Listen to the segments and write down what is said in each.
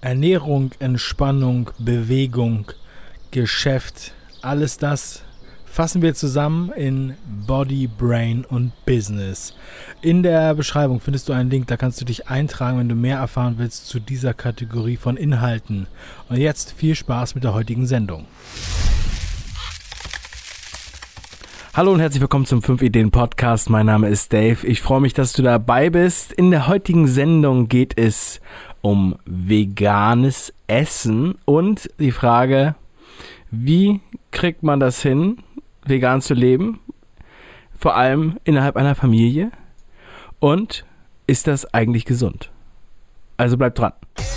Ernährung, Entspannung, Bewegung, Geschäft, alles das fassen wir zusammen in Body, Brain und Business. In der Beschreibung findest du einen Link, da kannst du dich eintragen, wenn du mehr erfahren willst zu dieser Kategorie von Inhalten. Und jetzt viel Spaß mit der heutigen Sendung. Hallo und herzlich willkommen zum 5 Ideen Podcast. Mein Name ist Dave. Ich freue mich, dass du dabei bist. In der heutigen Sendung geht es um veganes Essen und die Frage, wie kriegt man das hin, vegan zu leben, vor allem innerhalb einer Familie, und ist das eigentlich gesund? Also bleib dran.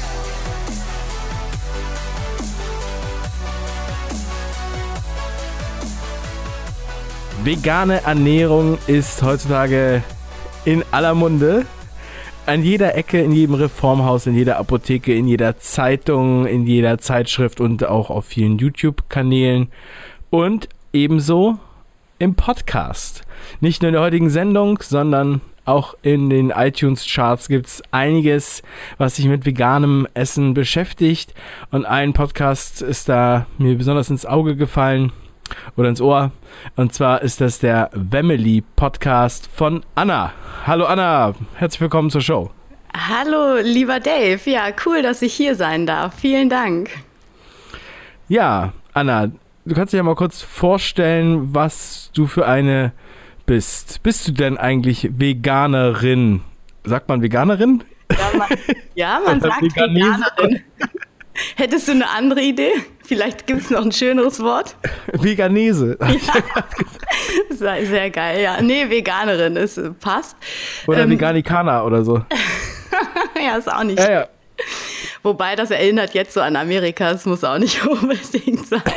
Vegane Ernährung ist heutzutage in aller Munde. An jeder Ecke, in jedem Reformhaus, in jeder Apotheke, in jeder Zeitung, in jeder Zeitschrift und auch auf vielen YouTube-Kanälen und ebenso im Podcast. Nicht nur in der heutigen Sendung, sondern auch in den iTunes-Charts gibt es einiges, was sich mit veganem Essen beschäftigt, und ein Podcast ist da mir besonders ins Auge gefallen oder ins Ohr, und zwar ist das der Wemmeli Podcast von Anna. Hallo Anna, herzlich willkommen zur Show. Hallo lieber Dave, ja cool, dass ich hier sein darf, vielen Dank. Ja, Anna, du kannst dich ja mal kurz vorstellen, was du für eine bist. Bist du denn eigentlich Veganerin? Sagt man Veganerin? Ja, man sagt Veganerin. Hättest du eine andere Idee? Vielleicht gibt es noch ein schöneres Wort. Veganese. Ja. Sehr geil, ja. Nee, Veganerin, es passt. Oder Veganikana oder so. Ja, ist auch nicht. Ja. Wobei, das erinnert jetzt so an Amerika, das muss auch nicht unbedingt sein.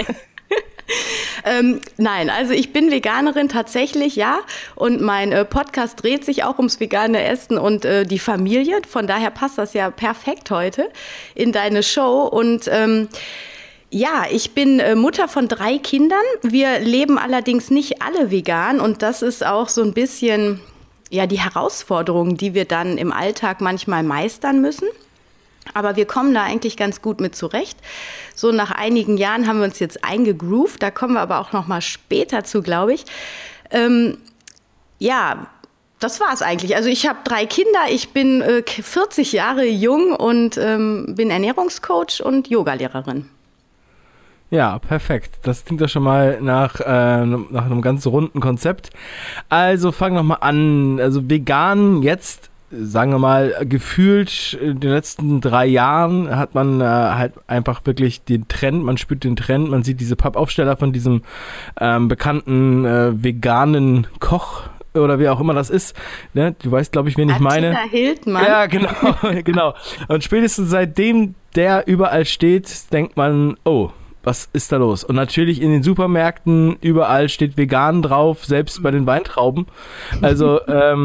Nein, also ich bin Veganerin tatsächlich, ja, und mein Podcast dreht sich auch ums vegane Essen und die Familie, von daher passt das ja perfekt heute in deine Show. Und ja, ich bin Mutter von 3 Kindern, wir leben allerdings nicht alle vegan, und das ist auch so ein bisschen ja die Herausforderung, die wir dann im Alltag manchmal meistern müssen. Aber wir kommen da eigentlich ganz gut mit zurecht. So nach einigen Jahren haben wir uns jetzt eingegroovt. Da kommen wir aber auch noch mal später zu, glaube ich. Ja, das war es eigentlich. Also ich habe 3 Kinder. Ich bin 40 Jahre jung und bin Ernährungscoach und Yogalehrerin. Ja, perfekt. Das klingt doch schon mal nach einem ganz runden Konzept. Also fang noch mal an. Also vegan jetzt, sagen wir mal, gefühlt in den letzten 3 Jahren hat man halt einfach wirklich den Trend, man spürt den Trend, man sieht diese Pappaufsteller von diesem bekannten veganen Koch oder wie auch immer das ist, ne? Du weißt, glaube ich, wen ich meine. Attila Hildmann. Ja, genau, genau. Und spätestens seitdem der überall steht, denkt man, oh, was ist da los? Und natürlich in den Supermärkten, überall steht vegan drauf, selbst bei den Weintrauben. Also,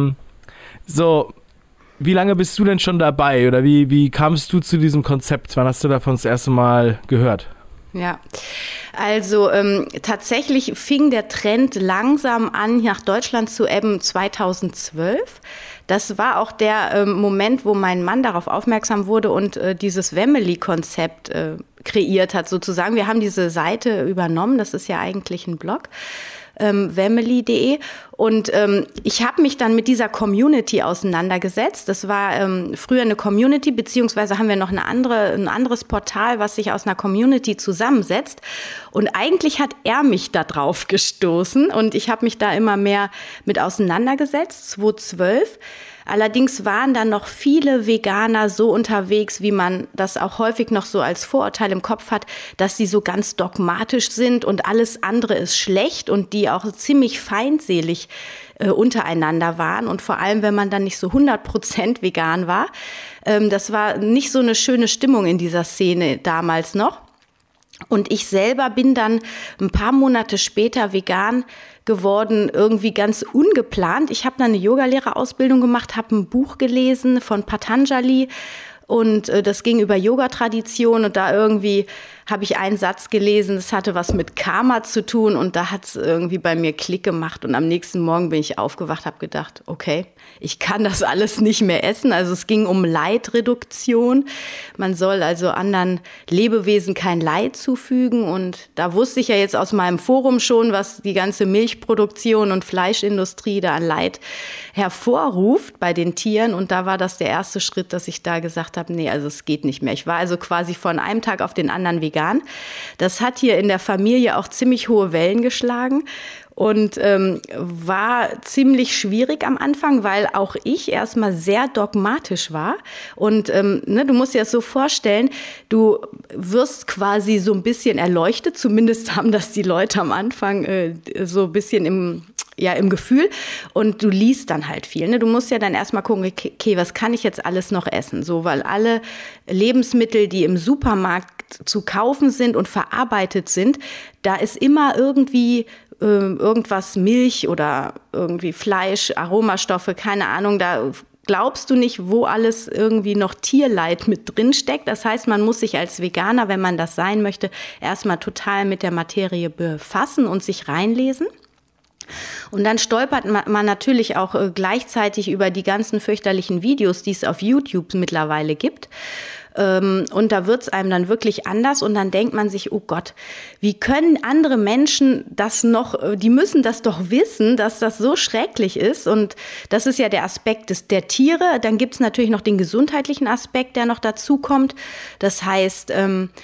so, wie lange bist du denn schon dabei oder wie kamst du zu diesem Konzept? Wann hast du davon das erste Mal gehört? Ja, also tatsächlich fing der Trend langsam an, nach Deutschland zu ebben 2012. Das war auch der Moment, wo mein Mann darauf aufmerksam wurde und dieses Wemmeli-Konzept kreiert hat sozusagen. Wir haben diese Seite übernommen, das ist ja eigentlich ein Blog. Wemmeli.de, und ich habe mich dann mit dieser Community auseinandergesetzt. Das war früher eine Community, beziehungsweise haben wir noch ein anderes Portal, was sich aus einer Community zusammensetzt, und eigentlich hat er mich da drauf gestoßen und ich habe mich da immer mehr mit auseinandergesetzt, 2012. Allerdings waren dann noch viele Veganer so unterwegs, wie man das auch häufig noch so als Vorurteil im Kopf hat, dass sie so ganz dogmatisch sind und alles andere ist schlecht, und die auch ziemlich feindselig untereinander waren, und vor allem, wenn man dann nicht so 100% vegan war. Das war nicht so eine schöne Stimmung in dieser Szene damals noch. Und ich selber bin dann ein paar Monate später vegan geworden, irgendwie ganz ungeplant. Ich habe dann eine Yogalehrerausbildung gemacht, habe ein Buch gelesen von Patanjali, und das ging über Yoga-Tradition, und da irgendwie habe ich einen Satz gelesen, das hatte was mit Karma zu tun und da hat es irgendwie bei mir Klick gemacht und am nächsten Morgen bin ich aufgewacht, habe gedacht, okay, ich kann das alles nicht mehr essen. Also es ging um Leidreduktion. Man soll also anderen Lebewesen kein Leid zufügen und da wusste ich ja jetzt aus meinem Forum schon, was die ganze Milchproduktion und Fleischindustrie da an Leid hervorruft bei den Tieren und da war das der erste Schritt, dass ich da gesagt habe, nee, also es geht nicht mehr. Ich war also quasi von einem Tag auf den anderen vegan. Das hat hier in der Familie auch ziemlich hohe Wellen geschlagen und war ziemlich schwierig am Anfang, weil auch ich erstmal sehr dogmatisch war. Und du musst dir das so vorstellen, du wirst quasi so ein bisschen erleuchtet, zumindest haben das die Leute am Anfang so ein bisschen im Gefühl und du liest dann halt viel. Ne? Du musst ja dann erstmal gucken, okay, was kann ich jetzt alles noch essen? So, weil alle Lebensmittel, die im Supermarkt zu kaufen sind und verarbeitet sind, da ist immer irgendwie irgendwas Milch oder irgendwie Fleisch, Aromastoffe, keine Ahnung, da glaubst du nicht, wo alles irgendwie noch Tierleid mit drin steckt. Das heißt, man muss sich als Veganer, wenn man das sein möchte, erstmal total mit der Materie befassen und sich reinlesen. Und dann stolpert man natürlich auch gleichzeitig über die ganzen fürchterlichen Videos, die es auf YouTube mittlerweile gibt. Und da wird es einem dann wirklich anders und dann denkt man sich, oh Gott, wie können andere Menschen das noch, die müssen das doch wissen, dass das so schrecklich ist und das ist ja der Aspekt der Tiere. Dann gibt es natürlich noch den gesundheitlichen Aspekt, der noch dazu kommt. Das heißt,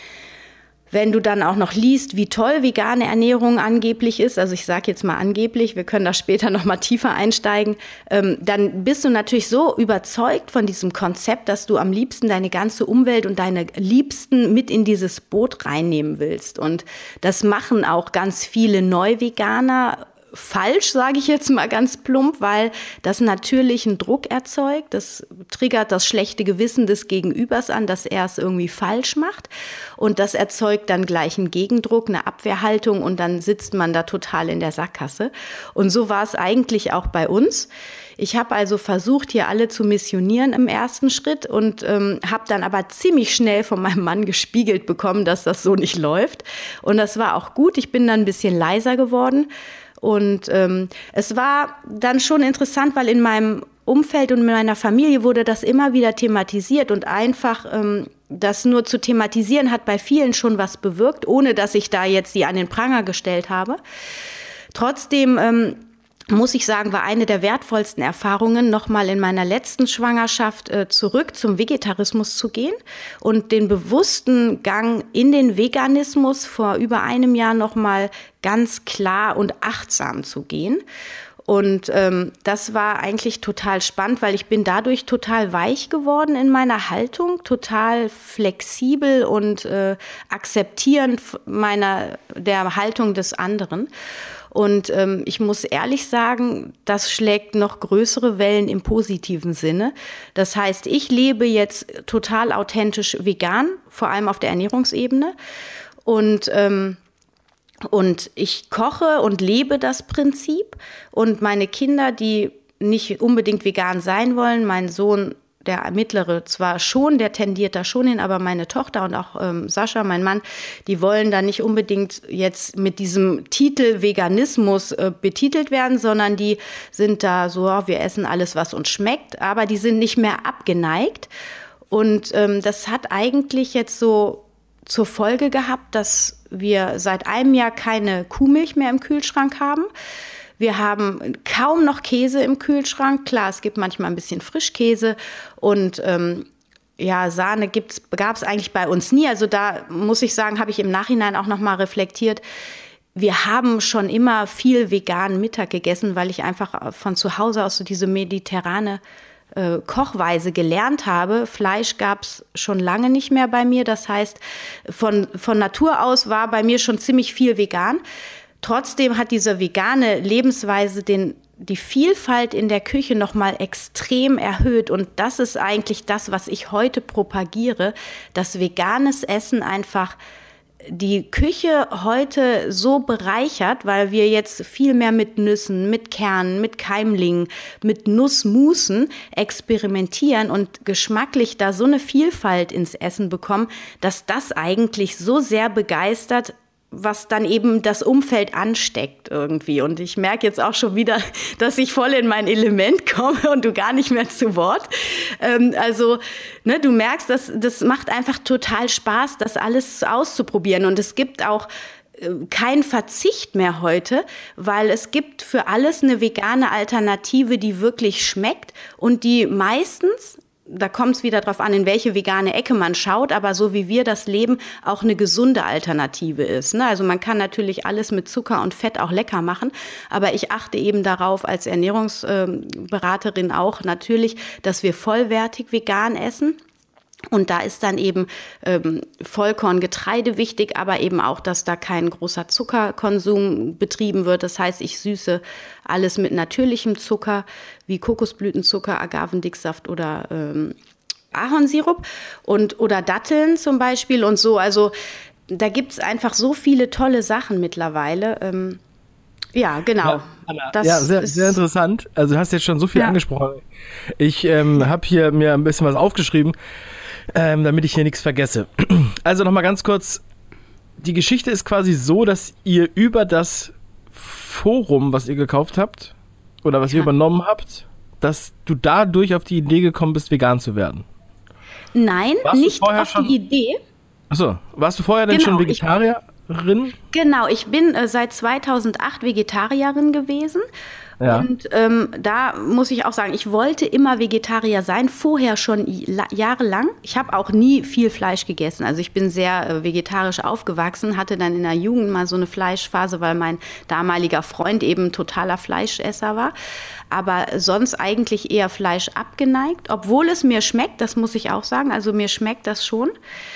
wenn du dann auch noch liest, wie toll vegane Ernährung angeblich ist, also ich sage jetzt mal angeblich, wir können da später noch mal tiefer einsteigen, dann bist du natürlich so überzeugt von diesem Konzept, dass du am liebsten deine ganze Umwelt und deine Liebsten mit in dieses Boot reinnehmen willst. Und das machen auch ganz viele Neuveganer falsch, sage ich jetzt mal ganz plump, weil das natürlich einen Druck erzeugt. Das triggert das schlechte Gewissen des Gegenübers an, dass er es irgendwie falsch macht. Und das erzeugt dann gleich einen Gegendruck, eine Abwehrhaltung und dann sitzt man da total in der Sackgasse. Und so war es eigentlich auch bei uns. Ich habe also versucht, hier alle zu missionieren im ersten Schritt und habe dann aber ziemlich schnell von meinem Mann gespiegelt bekommen, dass das so nicht läuft. Und das war auch gut. Ich bin dann ein bisschen leiser geworden. Und es war dann schon interessant, weil in meinem Umfeld und in meiner Familie wurde das immer wieder thematisiert und einfach das nur zu thematisieren hat bei vielen schon was bewirkt, ohne dass ich da jetzt die an den Pranger gestellt habe. Trotzdem muss ich sagen, war eine der wertvollsten Erfahrungen, nochmal in meiner letzten Schwangerschaft zurück zum Vegetarismus zu gehen und den bewussten Gang in den Veganismus vor über einem Jahr nochmal ganz klar und achtsam zu gehen. Und das war eigentlich total spannend, weil ich bin dadurch total weich geworden in meiner Haltung, total flexibel und akzeptierend der Haltung des anderen. Und ich muss ehrlich sagen, das schlägt noch größere Wellen im positiven Sinne. Das heißt, ich lebe jetzt total authentisch vegan, vor allem auf der Ernährungsebene. Und ich koche und lebe das Prinzip. Und meine Kinder, die nicht unbedingt vegan sein wollen, mein Sohn, der Mittlere zwar schon, der tendiert da schon hin, aber meine Tochter und auch Sascha, mein Mann, die wollen da nicht unbedingt jetzt mit diesem Titel Veganismus betitelt werden, sondern die sind da so, wir essen alles, was uns schmeckt, aber die sind nicht mehr abgeneigt. Und das hat eigentlich jetzt so zur Folge gehabt, dass wir seit einem Jahr keine Kuhmilch mehr im Kühlschrank haben. Wir haben kaum noch Käse im Kühlschrank. Klar, es gibt manchmal ein bisschen Frischkäse und Sahne gab es eigentlich bei uns nie. Also da muss ich sagen, habe ich im Nachhinein auch noch mal reflektiert. Wir haben schon immer viel veganen Mittag gegessen, weil ich einfach von zu Hause aus so diese mediterrane Kochweise gelernt habe. Fleisch gab es schon lange nicht mehr bei mir. Das heißt, von Natur aus war bei mir schon ziemlich viel vegan. Trotzdem hat diese vegane Lebensweise die Vielfalt in der Küche noch mal extrem erhöht. Und das ist eigentlich das, was ich heute propagiere, dass veganes Essen einfach die Küche heute so bereichert, weil wir jetzt viel mehr mit Nüssen, mit Kernen, mit Keimlingen, mit Nussmusen experimentieren und geschmacklich da so eine Vielfalt ins Essen bekommen, dass das eigentlich so sehr begeistert, was dann eben das Umfeld ansteckt irgendwie. Und ich merke jetzt auch schon wieder, dass ich voll in mein Element komme und du gar nicht mehr zu Wort. Du merkst, das macht einfach total Spaß, das alles auszuprobieren. Und es gibt auch kein Verzicht mehr heute, weil es gibt für alles eine vegane Alternative, die wirklich schmeckt und die meistens, da kommt es wieder drauf an, in welche vegane Ecke man schaut, aber so wie wir das leben, auch eine gesunde Alternative ist. Ne? Also man kann natürlich alles mit Zucker und Fett auch lecker machen, aber ich achte eben darauf als Ernährungsberaterin auch natürlich, dass wir vollwertig vegan essen. Und da ist dann eben Vollkorngetreide wichtig, aber eben auch, dass da kein großer Zuckerkonsum betrieben wird. Das heißt, ich süße alles mit natürlichem Zucker, wie Kokosblütenzucker, Agavendicksaft oder Ahornsirup oder Datteln zum Beispiel und so. Also da gibt's einfach so viele tolle Sachen mittlerweile. Ja, genau. Ja, sehr, sehr interessant. Also du hast jetzt schon so viel angesprochen. Ich habe hier mir ein bisschen was aufgeschrieben, damit ich hier nichts vergesse. Also nochmal ganz kurz. Die Geschichte ist quasi so, dass ihr über das Forum, was ihr gekauft habt oder was ihr übernommen habt, dass du dadurch auf die Idee gekommen bist, vegan zu werden. Nein, nicht auf die Idee. Achso, warst du vorher denn schon Vegetarierin? Genau, ich bin seit 2008 Vegetarierin gewesen. Ja. Und da muss ich auch sagen, ich wollte immer Vegetarier sein, vorher schon jahrelang. Ich habe auch nie viel Fleisch gegessen. Also ich bin sehr vegetarisch aufgewachsen, hatte dann in der Jugend mal so eine Fleischphase, weil mein damaliger Freund eben totaler Fleischesser war. Aber sonst eigentlich eher Fleisch abgeneigt, obwohl es mir schmeckt, das muss ich auch sagen. Also mir schmeckt das schon.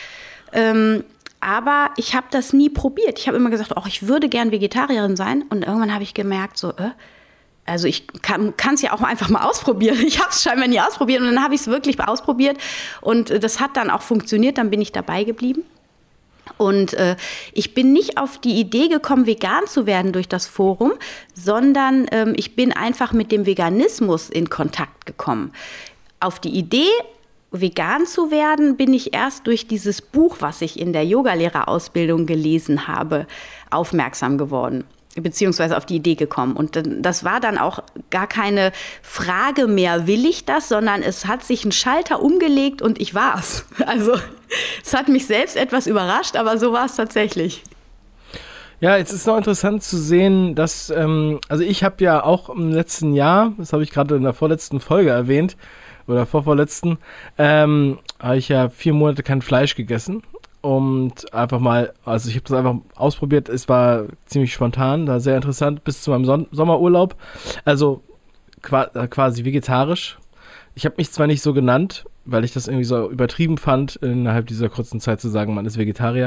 Aber ich habe das nie probiert. Ich habe immer gesagt, ich würde gern Vegetarierin sein. Und irgendwann habe ich gemerkt, also ich kann es ja auch einfach mal ausprobieren. Ich habe es scheinbar nie ausprobiert und dann habe ich es wirklich ausprobiert und das hat dann auch funktioniert, dann bin ich dabei geblieben. Und ich bin nicht auf die Idee gekommen, vegan zu werden durch das Forum, sondern ich bin einfach mit dem Veganismus in Kontakt gekommen. Auf die Idee, vegan zu werden, bin ich erst durch dieses Buch, was ich in der Yogalehrerausbildung gelesen habe, aufmerksam geworden. Beziehungsweise auf die Idee gekommen. Und das war dann auch gar keine Frage mehr, will ich das, sondern es hat sich ein Schalter umgelegt und ich war's. Also es hat mich selbst etwas überrascht, aber so war es tatsächlich. Ja, jetzt ist noch interessant zu sehen, dass, also ich habe ja auch im letzten Jahr, das habe ich gerade in der vorletzten Folge erwähnt, oder vorvorletzten, habe ich ja 4 Monate kein Fleisch gegessen. Und einfach mal, also ich habe das einfach ausprobiert, es war ziemlich spontan, da sehr interessant, bis zu meinem Sommerurlaub, also quasi vegetarisch. Ich habe mich zwar nicht so genannt, weil ich das irgendwie so übertrieben fand, innerhalb dieser kurzen Zeit zu sagen, man ist Vegetarier.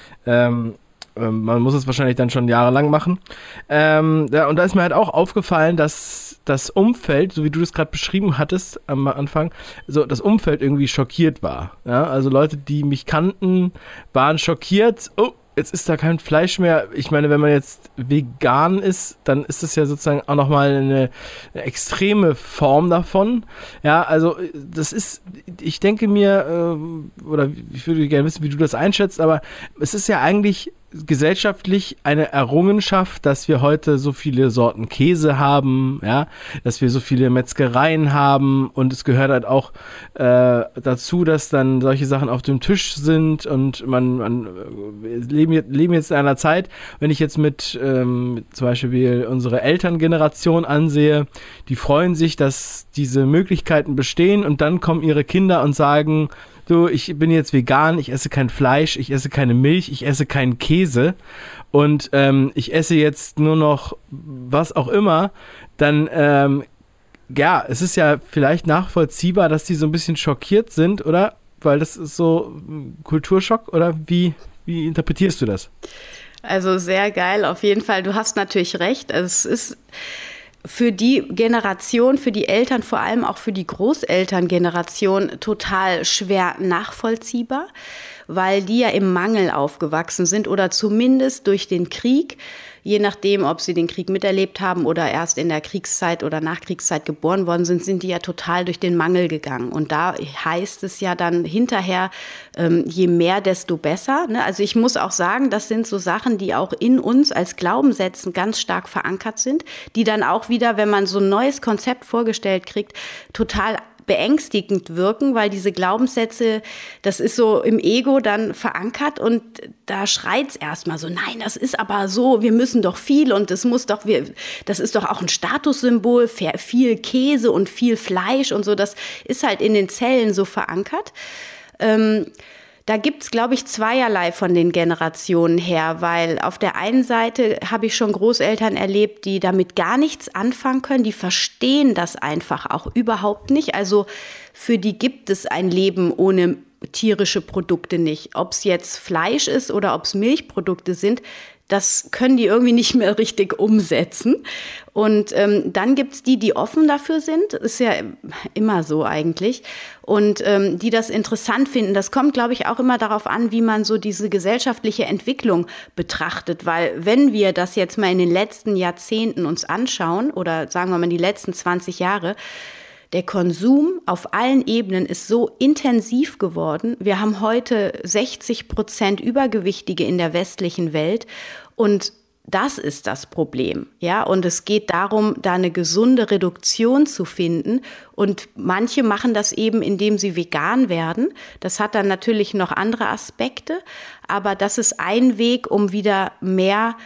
Man muss es wahrscheinlich dann schon jahrelang machen. Und da ist mir halt auch aufgefallen, dass das Umfeld, so wie du das gerade beschrieben hattest am Anfang, so das Umfeld irgendwie schockiert war. Ja? Also Leute, die mich kannten, waren schockiert. Oh, jetzt ist da kein Fleisch mehr. Ich meine, wenn man jetzt vegan ist, dann ist das ja sozusagen auch nochmal eine extreme Form davon. Ja, also das ist, ich denke mir, oder ich würde gerne wissen, wie du das einschätzt, aber es ist ja eigentlich gesellschaftlich eine Errungenschaft, dass wir heute so viele Sorten Käse haben, ja, dass wir so viele Metzgereien haben und es gehört halt auch dazu, dass dann solche Sachen auf dem Tisch sind und man leben jetzt in einer Zeit, wenn ich jetzt mit zum Beispiel unsere Elterngeneration ansehe, die freuen sich, dass diese Möglichkeiten bestehen und dann kommen ihre Kinder und sagen, du, ich bin jetzt vegan, ich esse kein Fleisch, ich esse keine Milch, ich esse keinen Käse und ich esse jetzt nur noch was auch immer, dann, ja, es ist ja vielleicht nachvollziehbar, dass die so ein bisschen schockiert sind, oder? Weil das ist so Kulturschock, oder wie interpretierst du das? Also sehr geil, auf jeden Fall. Du hast natürlich recht. Es ist für die Generation, für die Eltern, vor allem auch für die Großelterngeneration total schwer nachvollziehbar. weil die ja im Mangel aufgewachsen sind oder zumindest durch den Krieg, je nachdem, ob sie den Krieg miterlebt haben oder erst in der Kriegszeit oder Nachkriegszeit geboren worden sind, sind die ja total durch den Mangel gegangen. Und da heißt es ja dann hinterher, je mehr, desto besser. Ne? Also ich muss auch sagen, das sind so Sachen, die auch in uns als Glaubenssätzen ganz stark verankert sind, die dann auch wieder, wenn man so ein neues Konzept vorgestellt kriegt, total beängstigend wirken, weil diese Glaubenssätze, das ist so im Ego dann verankert und da schreit's erstmal so, nein, das ist aber so, wir müssen doch viel und das ist doch auch ein Statussymbol, viel Käse und viel Fleisch und so, das ist halt in den Zellen so verankert. Da gibt's, glaube ich, zweierlei von den Generationen her, weil auf der einen Seite habe ich schon Großeltern erlebt, die damit gar nichts anfangen können, die verstehen das einfach auch überhaupt nicht. Also für die gibt es ein Leben ohne tierische Produkte nicht. Ob es jetzt Fleisch ist oder ob es Milchprodukte sind, das können die irgendwie nicht mehr richtig umsetzen. Und dann gibt's die offen dafür sind, ist ja immer so eigentlich, und die das interessant finden. Das kommt, glaube ich, auch immer darauf an, wie man so diese gesellschaftliche Entwicklung betrachtet. Weil wenn wir das jetzt mal in den letzten Jahrzehnten uns anschauen, oder sagen wir mal die letzten 20 Jahre, der Konsum auf allen Ebenen ist so intensiv geworden. Wir haben heute 60% Übergewichtige in der westlichen Welt und das ist das Problem, ja. Und es geht darum, da eine gesunde Reduktion zu finden. Und manche machen das eben, indem sie vegan werden. Das hat dann natürlich noch andere Aspekte, aber das ist ein Weg, um wieder mehr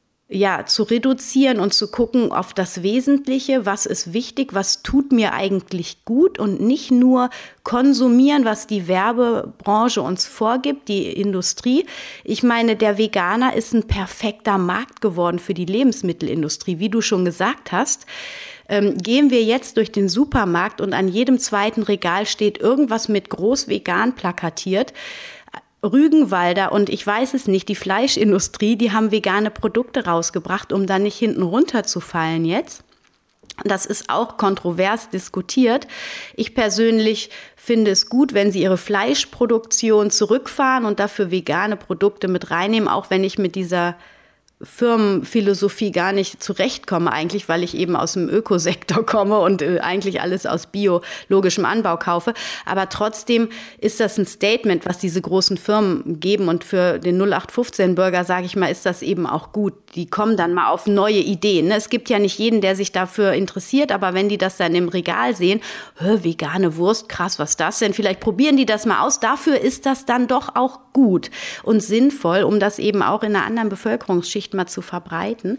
zu reduzieren und zu gucken auf das Wesentliche, was ist wichtig, was tut mir eigentlich gut und nicht nur konsumieren, was die Werbebranche uns vorgibt, die Industrie. Ich meine, der Veganer ist ein perfekter Markt geworden für die Lebensmittelindustrie, wie du schon gesagt hast. Gehen wir jetzt durch den Supermarkt und an jedem zweiten Regal steht irgendwas mit groß vegan plakatiert. Rügenwalder und ich weiß es nicht, die Fleischindustrie, die haben vegane Produkte rausgebracht, um dann nicht hinten runterzufallen jetzt. Das ist auch kontrovers diskutiert. Ich persönlich finde es gut, wenn sie ihre Fleischproduktion zurückfahren und dafür vegane Produkte mit reinnehmen, auch wenn ich mit dieser Firmenphilosophie gar nicht zurechtkomme eigentlich, weil ich eben aus dem Ökosektor komme und eigentlich alles aus biologischem Anbau kaufe. Aber trotzdem ist das ein Statement, was diese großen Firmen geben. Und für den 0815-Bürger, sage ich mal, ist das eben auch gut. Die kommen dann mal auf neue Ideen. Es gibt ja nicht jeden, der sich dafür interessiert, aber wenn die das dann im Regal sehen, vegane Wurst, krass, was ist das denn? Vielleicht probieren die das mal aus. Dafür ist das dann doch auch gut und sinnvoll, um das eben auch in einer anderen Bevölkerungsschicht mal zu verbreiten.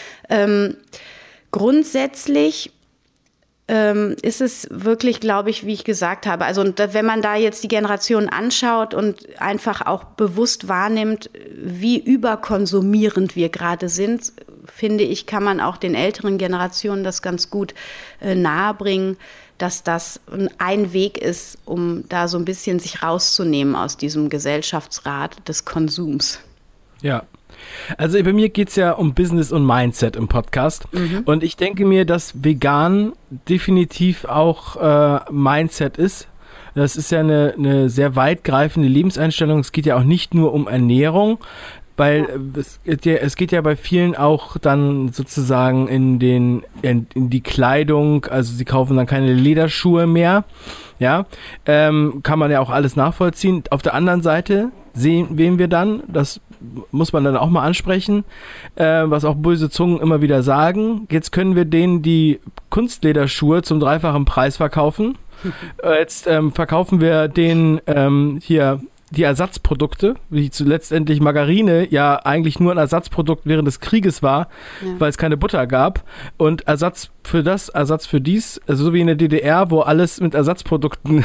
Grundsätzlich ist es wirklich, glaube ich, wie ich gesagt habe, also wenn man da jetzt die Generation anschaut und einfach auch bewusst wahrnimmt, wie überkonsumierend wir gerade sind, finde ich, kann man auch den älteren Generationen das ganz gut nahebringen, dass das ein Weg ist, um da so ein bisschen sich rauszunehmen aus diesem Gesellschaftsrat des Konsums. Ja. Also bei mir geht es ja um Business und Mindset im Podcast. Und ich denke mir, dass vegan definitiv auch Mindset ist. Das ist ja eine sehr weitgreifende Lebenseinstellung. Es geht ja auch nicht nur um Ernährung, weil es geht ja bei vielen auch dann sozusagen in die Kleidung, also sie kaufen dann keine Lederschuhe mehr. Ja, kann man ja auch alles nachvollziehen. Auf der anderen Seite sehen wir dann, das muss man dann auch mal ansprechen, was auch böse Zungen immer wieder sagen. Jetzt können wir denen die Kunstlederschuhe zum dreifachen Preis verkaufen. Jetzt verkaufen wir denen hier die Ersatzprodukte, wie letztendlich Margarine ja eigentlich nur ein Ersatzprodukt während des Krieges war, weil es keine Butter gab. Und Ersatz für dies, also so wie in der DDR, wo alles mit Ersatzprodukten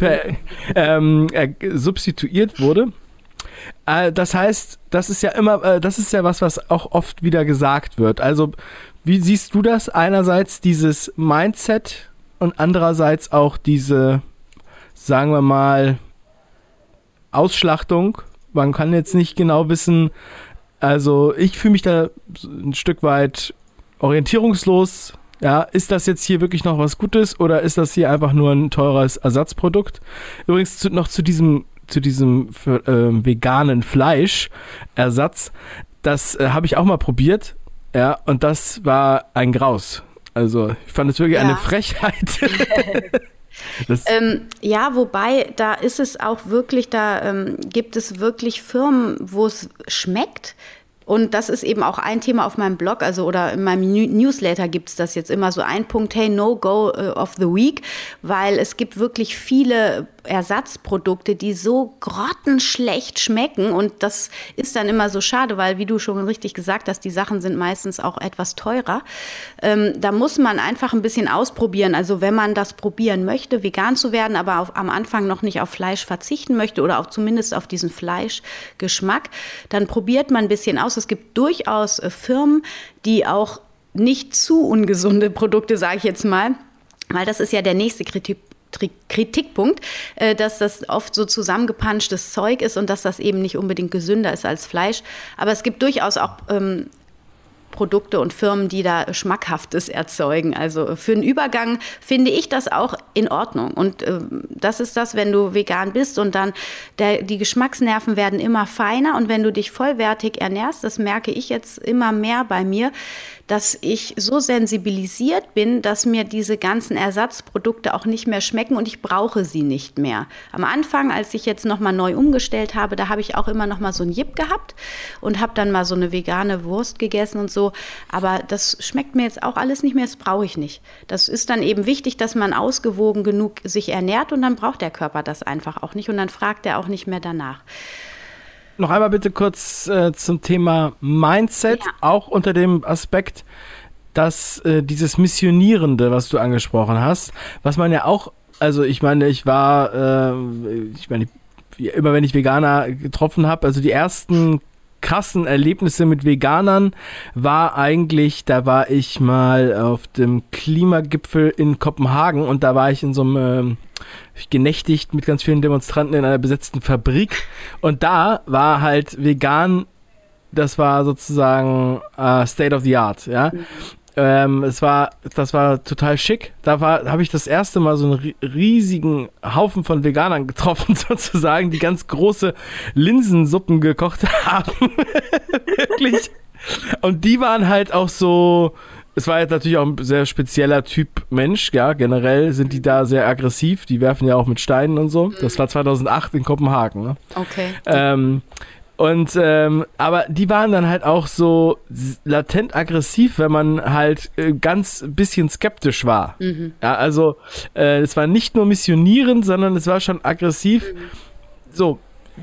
substituiert wurde. Das heißt, das ist ja immer, das ist ja was auch oft wieder gesagt wird. Also, wie siehst du das? Einerseits dieses Mindset und andererseits auch diese, sagen wir mal, Ausschlachtung. Man kann jetzt nicht genau wissen, also ich fühle mich da ein Stück weit orientierungslos. Ja, ist das jetzt hier wirklich noch was Gutes oder ist das hier einfach nur ein teures Ersatzprodukt? Übrigens noch zu diesem zu diesem veganen Fleischersatz. Das habe ich auch mal probiert, ja, und das war ein Graus. Also ich fand es wirklich eine Frechheit. Ja, wobei, da ist es auch wirklich, da gibt es wirklich Firmen, wo es schmeckt. Und das ist eben auch ein Thema auf meinem Blog, also oder in meinem Newsletter gibt es das jetzt immer so ein Punkt, hey, No-Go of the Week, weil es gibt wirklich viele Ersatzprodukte, die so grottenschlecht schmecken und das ist dann immer so schade, weil wie du schon richtig gesagt hast, die Sachen sind meistens auch etwas teurer. Da muss man einfach ein bisschen ausprobieren, also wenn man das probieren möchte, vegan zu werden, aber am Anfang noch nicht auf Fleisch verzichten möchte oder auch zumindest auf diesen Fleischgeschmack, dann probiert man ein bisschen aus. Es gibt durchaus Firmen, die auch nicht zu ungesunde Produkte, sage ich jetzt mal, weil das ist ja der nächste Kritikpunkt, dass das oft so zusammengepanschtes Zeug ist und dass das eben nicht unbedingt gesünder ist als Fleisch. Aber es gibt durchaus auch Produkte und Firmen, die da Schmackhaftes erzeugen. Also für den Übergang finde ich das auch in Ordnung. Und das ist das, wenn du vegan bist und dann die Geschmacksnerven werden immer feiner. Und wenn du dich vollwertig ernährst, das merke ich jetzt immer mehr bei mir, dass ich so sensibilisiert bin, dass mir diese ganzen Ersatzprodukte auch nicht mehr schmecken und ich brauche sie nicht mehr. Am Anfang, als ich jetzt nochmal neu umgestellt habe, da habe ich auch immer nochmal so ein Jip gehabt und habe dann mal so eine vegane Wurst gegessen und so. Aber das schmeckt mir jetzt auch alles nicht mehr, das brauche ich nicht. Das ist dann eben wichtig, dass man ausgewogen genug sich ernährt und dann braucht der Körper das einfach auch nicht und dann fragt er auch nicht mehr danach. Noch einmal bitte kurz zum Thema Mindset, auch unter dem Aspekt, dass dieses Missionierende, was du angesprochen hast, was man ja auch, also ich meine, immer wenn ich Veganer getroffen habe, also die ersten krassen Erlebnisse mit Veganern war eigentlich, da war ich mal auf dem Klimagipfel in Kopenhagen und da war ich in so einem genächtigt mit ganz vielen Demonstranten in einer besetzten Fabrik und da war halt vegan, das war sozusagen State of the Art, ja. Das war total schick. Da habe ich das erste Mal so einen riesigen Haufen von Veganern getroffen, sozusagen, die ganz große Linsensuppen gekocht haben. Wirklich. Und die waren halt auch so, es war jetzt natürlich auch ein sehr spezieller Typ Mensch, ja, generell sind die da sehr aggressiv, die werfen ja auch mit Steinen und so. Das war 2008 in Kopenhagen, ne? Okay. Aber die waren dann halt auch so latent aggressiv, wenn man halt ganz bisschen skeptisch war. Ja, also es war nicht nur missionierend, sondern es war schon aggressiv. So,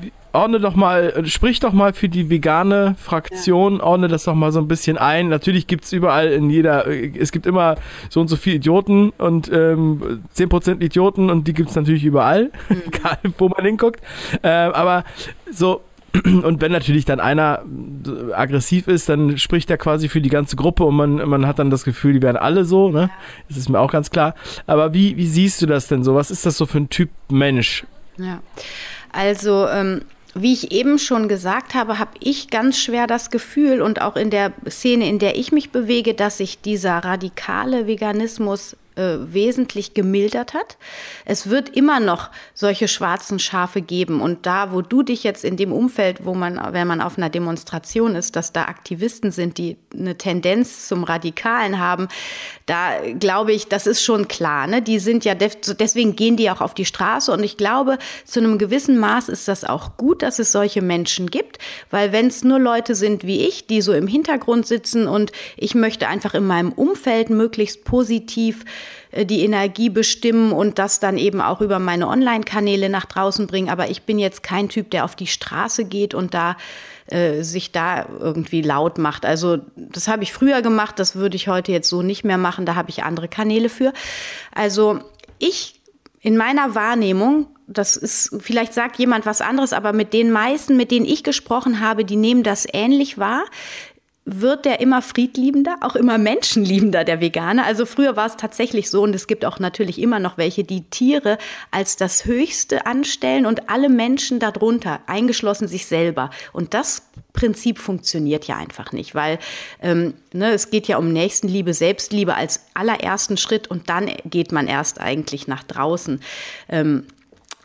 sprich doch mal für die vegane Fraktion, ordne das doch mal so ein bisschen ein. Natürlich gibt es überall es gibt immer so und so viele Idioten und 10% Idioten und die gibt es natürlich überall, egal wo man hinguckt. Aber so, und wenn natürlich dann einer aggressiv ist, dann spricht er quasi für die ganze Gruppe und man hat dann das Gefühl, die wären alle so, ne? Das ist mir auch ganz klar. Aber wie siehst du das denn so? Was ist das so für ein Typ Mensch? Ja, also wie ich eben schon gesagt habe, habe ich ganz schwer das Gefühl und auch in der Szene, in der ich mich bewege, dass sich dieser radikale Veganismus wesentlich gemildert hat. Es wird immer noch solche schwarzen Schafe geben und da, wo du dich jetzt in dem Umfeld, wenn man auf einer Demonstration ist, dass da Aktivisten sind, die eine Tendenz zum Radikalen haben, da glaube ich, das ist schon klar, ne? Die sind ja, deswegen gehen die auch auf die Straße und ich glaube, zu einem gewissen Maß ist das auch gut, dass es solche Menschen gibt, weil wenn es nur Leute sind wie ich, die so im Hintergrund sitzen und ich möchte einfach in meinem Umfeld möglichst positiv die Energie bestimmen und das dann eben auch über meine Online-Kanäle nach draußen bringen. Aber ich bin jetzt kein Typ, der auf die Straße geht und sich da irgendwie laut macht. Also das habe ich früher gemacht, das würde ich heute jetzt so nicht mehr machen. Da habe ich andere Kanäle für. Also in meiner Wahrnehmung, das ist, vielleicht sagt jemand was anderes, aber mit den meisten, mit denen ich gesprochen habe, die nehmen das ähnlich wahr. Wird der immer friedliebender, auch immer menschenliebender, der Veganer. Also früher war es tatsächlich so und es gibt auch natürlich immer noch welche, die Tiere als das Höchste anstellen und alle Menschen darunter, eingeschlossen sich selber. Und das Prinzip funktioniert ja einfach nicht, weil es geht ja um Nächstenliebe, Selbstliebe als allerersten Schritt und dann geht man erst eigentlich nach draußen.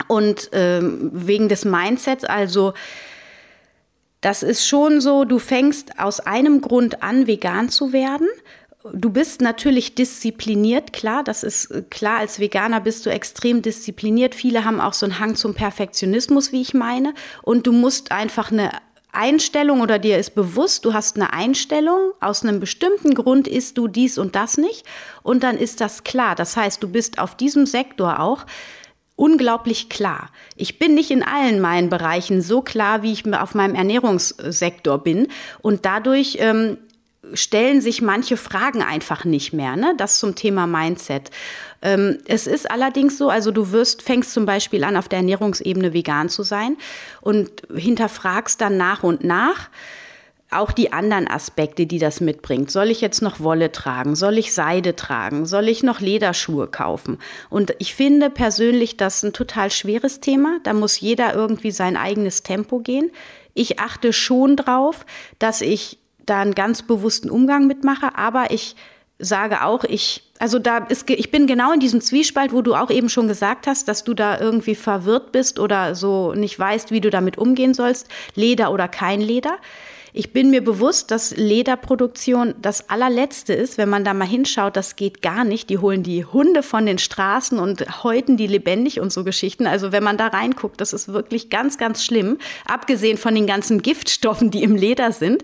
Und wegen des Mindsets, also das ist schon so, du fängst aus einem Grund an, vegan zu werden. Du bist natürlich diszipliniert, klar, das ist klar, als Veganer bist du extrem diszipliniert. Viele haben auch so einen Hang zum Perfektionismus, wie ich meine. Und du musst einfach eine Einstellung oder dir ist bewusst, du hast eine Einstellung, aus einem bestimmten Grund isst du dies und das nicht. Und dann ist das klar. Das heißt, du bist auf diesem Sektor auch unglaublich klar. Ich bin nicht in allen meinen Bereichen so klar, wie ich auf meinem Ernährungssektor bin. Und dadurch stellen sich manche Fragen einfach nicht mehr, ne? Das zum Thema Mindset. Es ist allerdings so, also du fängst zum Beispiel an, auf der Ernährungsebene vegan zu sein und hinterfragst dann nach und nach auch die anderen Aspekte, die das mitbringt. Soll ich jetzt noch Wolle tragen? Soll ich Seide tragen? Soll ich noch Lederschuhe kaufen? Und ich finde persönlich das ein total schweres Thema. Da muss jeder irgendwie sein eigenes Tempo gehen. Ich achte schon drauf, dass ich da einen ganz bewussten Umgang mitmache, aber ich sage auch, ich bin genau in diesem Zwiespalt, wo du auch eben schon gesagt hast, dass du da irgendwie verwirrt bist oder so nicht weißt, wie du damit umgehen sollst, Leder oder kein Leder. Ich bin mir bewusst, dass Lederproduktion das allerletzte ist, wenn man da mal hinschaut, das geht gar nicht. Die holen die Hunde von den Straßen und häuten die lebendig und so Geschichten. Also wenn man da reinguckt, das ist wirklich ganz, ganz schlimm, abgesehen von den ganzen Giftstoffen, die im Leder sind.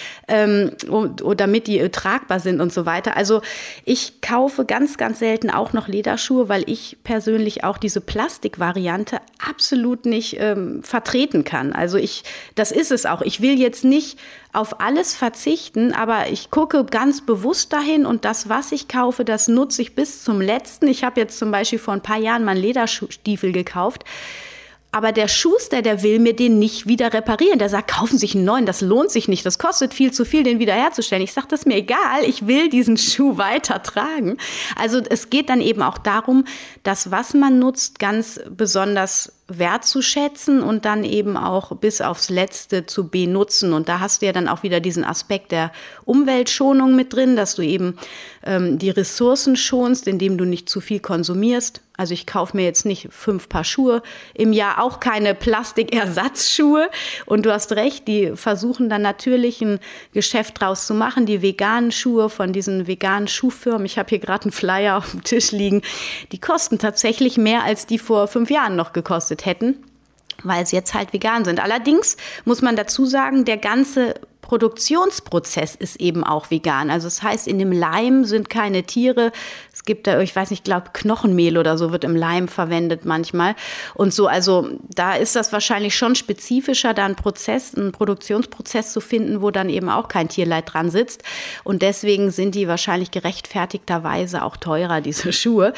Damit die tragbar sind und so weiter. Also ich kaufe ganz, ganz selten auch noch Lederschuhe, weil ich persönlich auch diese Plastikvariante absolut nicht vertreten kann. Also das ist es auch. Ich will jetzt nicht auf alles verzichten, aber ich gucke ganz bewusst dahin und das, was ich kaufe, das nutze ich bis zum Letzten. Ich habe jetzt zum Beispiel vor ein paar Jahren mal einen Lederstiefel gekauft. Aber der Schuster, der will mir den nicht wieder reparieren. Der sagt, kaufen Sie sich einen neuen, das lohnt sich nicht. Das kostet viel zu viel, den wieder herzustellen. Ich sage, das ist mir egal, ich will diesen Schuh weiter tragen. Also es geht dann eben auch darum, das, was man nutzt, ganz besonders wertzuschätzen und dann eben auch bis aufs Letzte zu benutzen. Und da hast du ja dann auch wieder diesen Aspekt der Umweltschonung mit drin, dass du eben die Ressourcen schonst, indem du nicht zu viel konsumierst. Also ich kaufe mir jetzt nicht 5 Paar Schuhe im Jahr, auch keine Plastikersatzschuhe. Und du hast recht, die versuchen dann natürlich ein Geschäft draus zu machen. Die veganen Schuhe von diesen veganen Schuhfirmen, ich habe hier gerade einen Flyer auf dem Tisch liegen, die kosten tatsächlich mehr, als die vor 5 Jahren noch gekostet hätten, weil sie jetzt halt vegan sind. Allerdings muss man dazu sagen, der ganze Produktionsprozess ist eben auch vegan. Also das heißt, in dem Leim sind keine Tiere. Es gibt da, ich weiß nicht, ich glaube Knochenmehl oder so wird im Leim verwendet manchmal. Und so, also da ist das wahrscheinlich schon spezifischer, da einen Produktionsprozess zu finden, wo dann eben auch kein Tierleid dran sitzt. Und deswegen sind die wahrscheinlich gerechtfertigterweise auch teurer, diese Schuhe.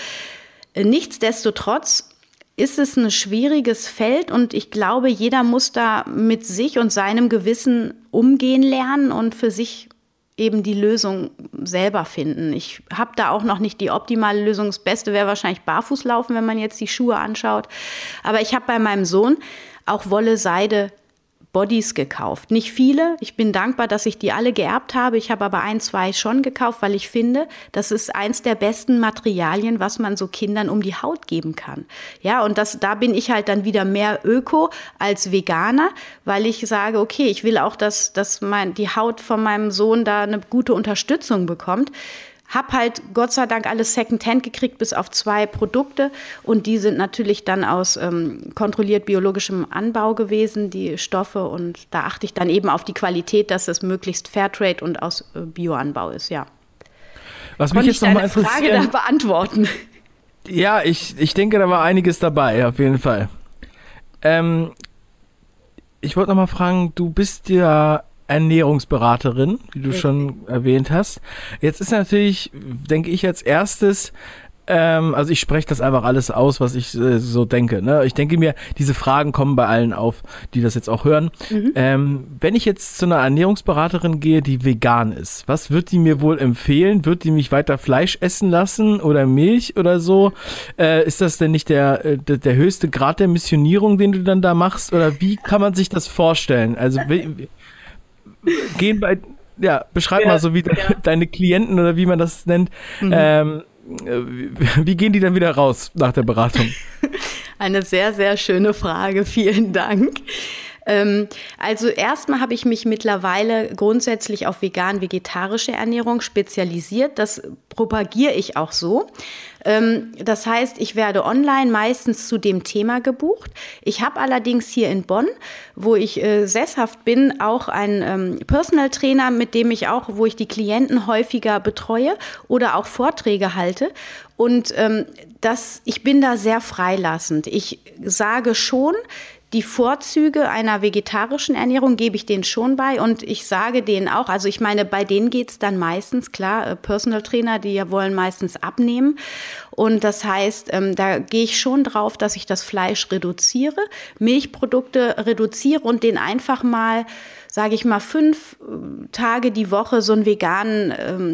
Nichtsdestotrotz ist es ein schwieriges Feld und ich glaube, jeder muss da mit sich und seinem Gewissen umgehen lernen und für sich eben die Lösung selber finden. Ich habe da auch noch nicht die optimale Lösung. Das Beste wäre wahrscheinlich barfuß laufen, wenn man jetzt die Schuhe anschaut. Aber ich habe bei meinem Sohn auch Wolle, Seide, Bodies gekauft. Nicht viele. Ich bin dankbar, dass ich die alle geerbt habe. Ich habe aber 1, 2 schon gekauft, weil ich finde, das ist eins der besten Materialien, was man so Kindern um die Haut geben kann. Ja, und da bin ich halt dann wieder mehr Öko als Veganer, weil ich sage, okay, ich will auch, dass die Haut von meinem Sohn da eine gute Unterstützung bekommt. Hab halt Gott sei Dank alles Secondhand gekriegt, bis auf 2 Produkte. Und die sind natürlich dann aus kontrolliert biologischem Anbau gewesen, die Stoffe. Und da achte ich dann eben auf die Qualität, dass es möglichst Fairtrade und aus Bioanbau ist, ja. Was mich jetzt nochmal interessiert. Frage da beantworten. Ja, ich denke, da war einiges dabei, auf jeden Fall. Ich wollte nochmal fragen, du bist ja Ernährungsberaterin, wie du schon erwähnt hast. Jetzt ist natürlich, denke ich als erstes, also ich spreche das einfach alles aus, was ich so denke. Ne? Ich denke mir, diese Fragen kommen bei allen auf, die das jetzt auch hören. Wenn ich jetzt zu einer Ernährungsberaterin gehe, die vegan ist, was wird die mir wohl empfehlen? Wird die mich weiter Fleisch essen lassen oder Milch oder so? Ist das denn nicht der höchste Grad der Missionierung, den du dann da machst? Oder wie kann man sich das vorstellen? Also beschreib mal so wie deine Klienten oder wie man das nennt. Wie gehen die dann wieder raus nach der Beratung? Eine sehr, sehr schöne Frage. Vielen Dank. Also erstmal habe ich mich mittlerweile grundsätzlich auf vegan-vegetarische Ernährung spezialisiert. Das propagiere ich auch so. Das heißt, ich werde online meistens zu dem Thema gebucht. Ich habe allerdings hier in Bonn, wo ich sesshaft bin, auch einen Personal Trainer, wo ich die Klienten häufiger betreue oder auch Vorträge halte. Und ich bin da sehr freilassend. Ich sage schon, die Vorzüge einer vegetarischen Ernährung gebe ich denen schon bei und ich sage denen auch, also ich meine, bei denen geht's dann meistens, klar, Personal Trainer, die wollen meistens abnehmen und das heißt, da gehe ich schon drauf, dass ich das Fleisch reduziere, Milchprodukte reduziere und denen einfach mal, sage ich mal, 5 Tage die Woche so einen veganen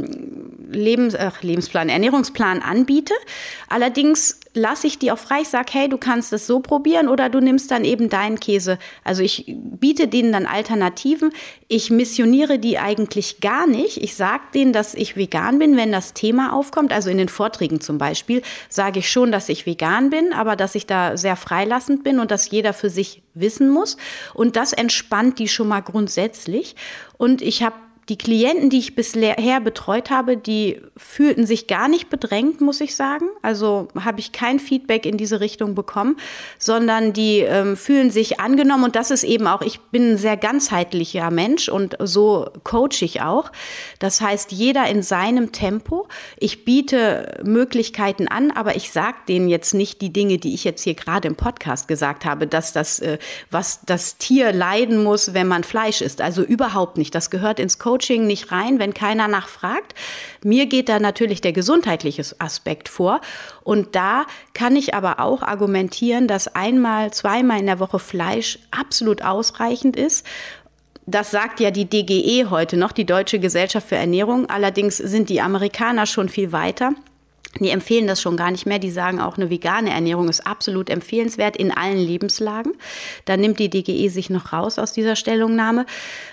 Ernährungsplan anbiete. Allerdings lasse ich die auch frei. Ich sage, hey, du kannst das so probieren oder du nimmst dann eben deinen Käse. Also ich biete denen dann Alternativen. Ich missioniere die eigentlich gar nicht. Ich sage denen, dass ich vegan bin, wenn das Thema aufkommt. Also in den Vorträgen zum Beispiel sage ich schon, dass ich vegan bin, aber dass ich da sehr freilassend bin und dass jeder für sich wissen muss. Und das entspannt die schon mal grundsätzlich. Und ich habe die Klienten, die ich bisher betreut habe, die fühlten sich gar nicht bedrängt, muss ich sagen. Also habe ich kein Feedback in diese Richtung bekommen, sondern die fühlen sich angenommen. Und das ist eben auch, ich bin ein sehr ganzheitlicher Mensch und so coache ich auch. Das heißt, jeder in seinem Tempo. Ich biete Möglichkeiten an, aber ich sage denen jetzt nicht die Dinge, die ich jetzt hier gerade im Podcast gesagt habe, dass was das Tier leiden muss, wenn man Fleisch isst. Also überhaupt nicht. Das gehört ins Coaching nicht rein, wenn keiner nachfragt. Mir geht da natürlich der gesundheitliche Aspekt vor. Und da kann ich aber auch argumentieren, dass 1-2 in der Woche Fleisch absolut ausreichend ist. Das sagt ja die DGE heute noch, die Deutsche Gesellschaft für Ernährung. Allerdings sind die Amerikaner schon viel weiter. Die empfehlen das schon gar nicht mehr. Die sagen auch, eine vegane Ernährung ist absolut empfehlenswert in allen Lebenslagen. Da nimmt die DGE sich noch raus aus dieser Stellungnahme.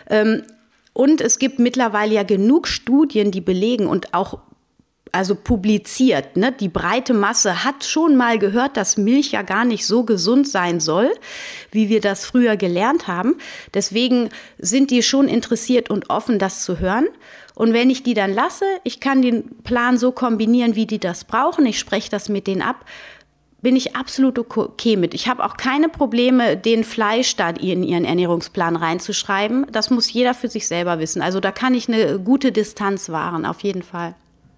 Und es gibt mittlerweile ja genug Studien, die belegen und auch publiziert, ne? Die breite Masse hat schon mal gehört, dass Milch ja gar nicht so gesund sein soll, wie wir das früher gelernt haben. Deswegen sind die schon interessiert und offen, das zu hören. Und wenn ich die dann lasse, ich kann den Plan so kombinieren, wie die das brauchen. Ich spreche das mit denen ab. Bin ich absolut okay mit. Ich habe auch keine Probleme, den Fleisch da in ihren Ernährungsplan reinzuschreiben. Das muss jeder für sich selber wissen. Also da kann ich eine gute Distanz wahren, auf jeden Fall.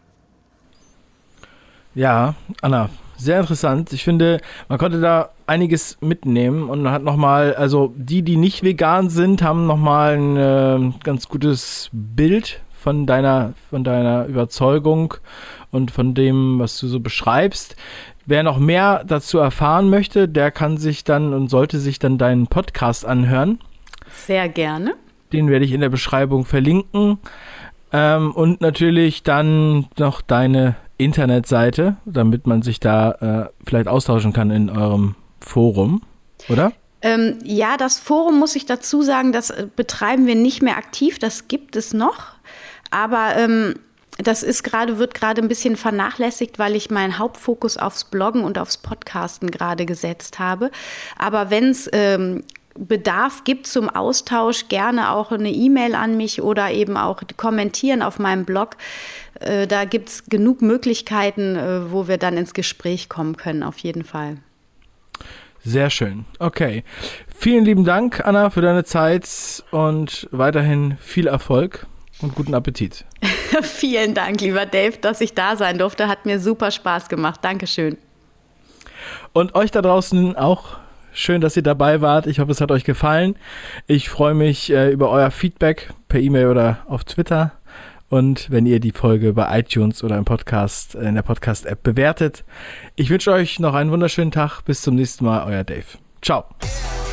Ja, Anna, sehr interessant. Ich finde, man konnte da einiges mitnehmen und man hat nochmal, also die nicht vegan sind, haben nochmal ein ganz gutes Bild von deiner Überzeugung und von dem, was du so beschreibst. Wer noch mehr dazu erfahren möchte, der kann sich dann und sollte sich dann deinen Podcast anhören. Sehr gerne. Den werde ich in der Beschreibung verlinken. Und natürlich dann noch deine Internetseite, damit man sich da vielleicht austauschen kann in eurem Forum, oder? Ja, das Forum, muss ich dazu sagen, das betreiben wir nicht mehr aktiv, das gibt es noch. Aber das wird gerade ein bisschen vernachlässigt, weil ich meinen Hauptfokus aufs Bloggen und aufs Podcasten gerade gesetzt habe. Aber wenn es Bedarf gibt zum Austausch, gerne auch eine E-Mail an mich oder eben auch kommentieren auf meinem Blog. Da gibt es genug Möglichkeiten, wo wir dann ins Gespräch kommen können, auf jeden Fall. Sehr schön. Okay. Vielen lieben Dank, Anna, für deine Zeit und weiterhin viel Erfolg. Und guten Appetit. Vielen Dank, lieber Dave, dass ich da sein durfte. Hat mir super Spaß gemacht. Dankeschön. Und euch da draußen auch schön, dass ihr dabei wart. Ich hoffe, es hat euch gefallen. Ich freue mich über euer Feedback per E-Mail oder auf Twitter. Und wenn ihr die Folge bei iTunes oder in der Podcast-App bewertet. Ich wünsche euch noch einen wunderschönen Tag. Bis zum nächsten Mal. Euer Dave. Ciao.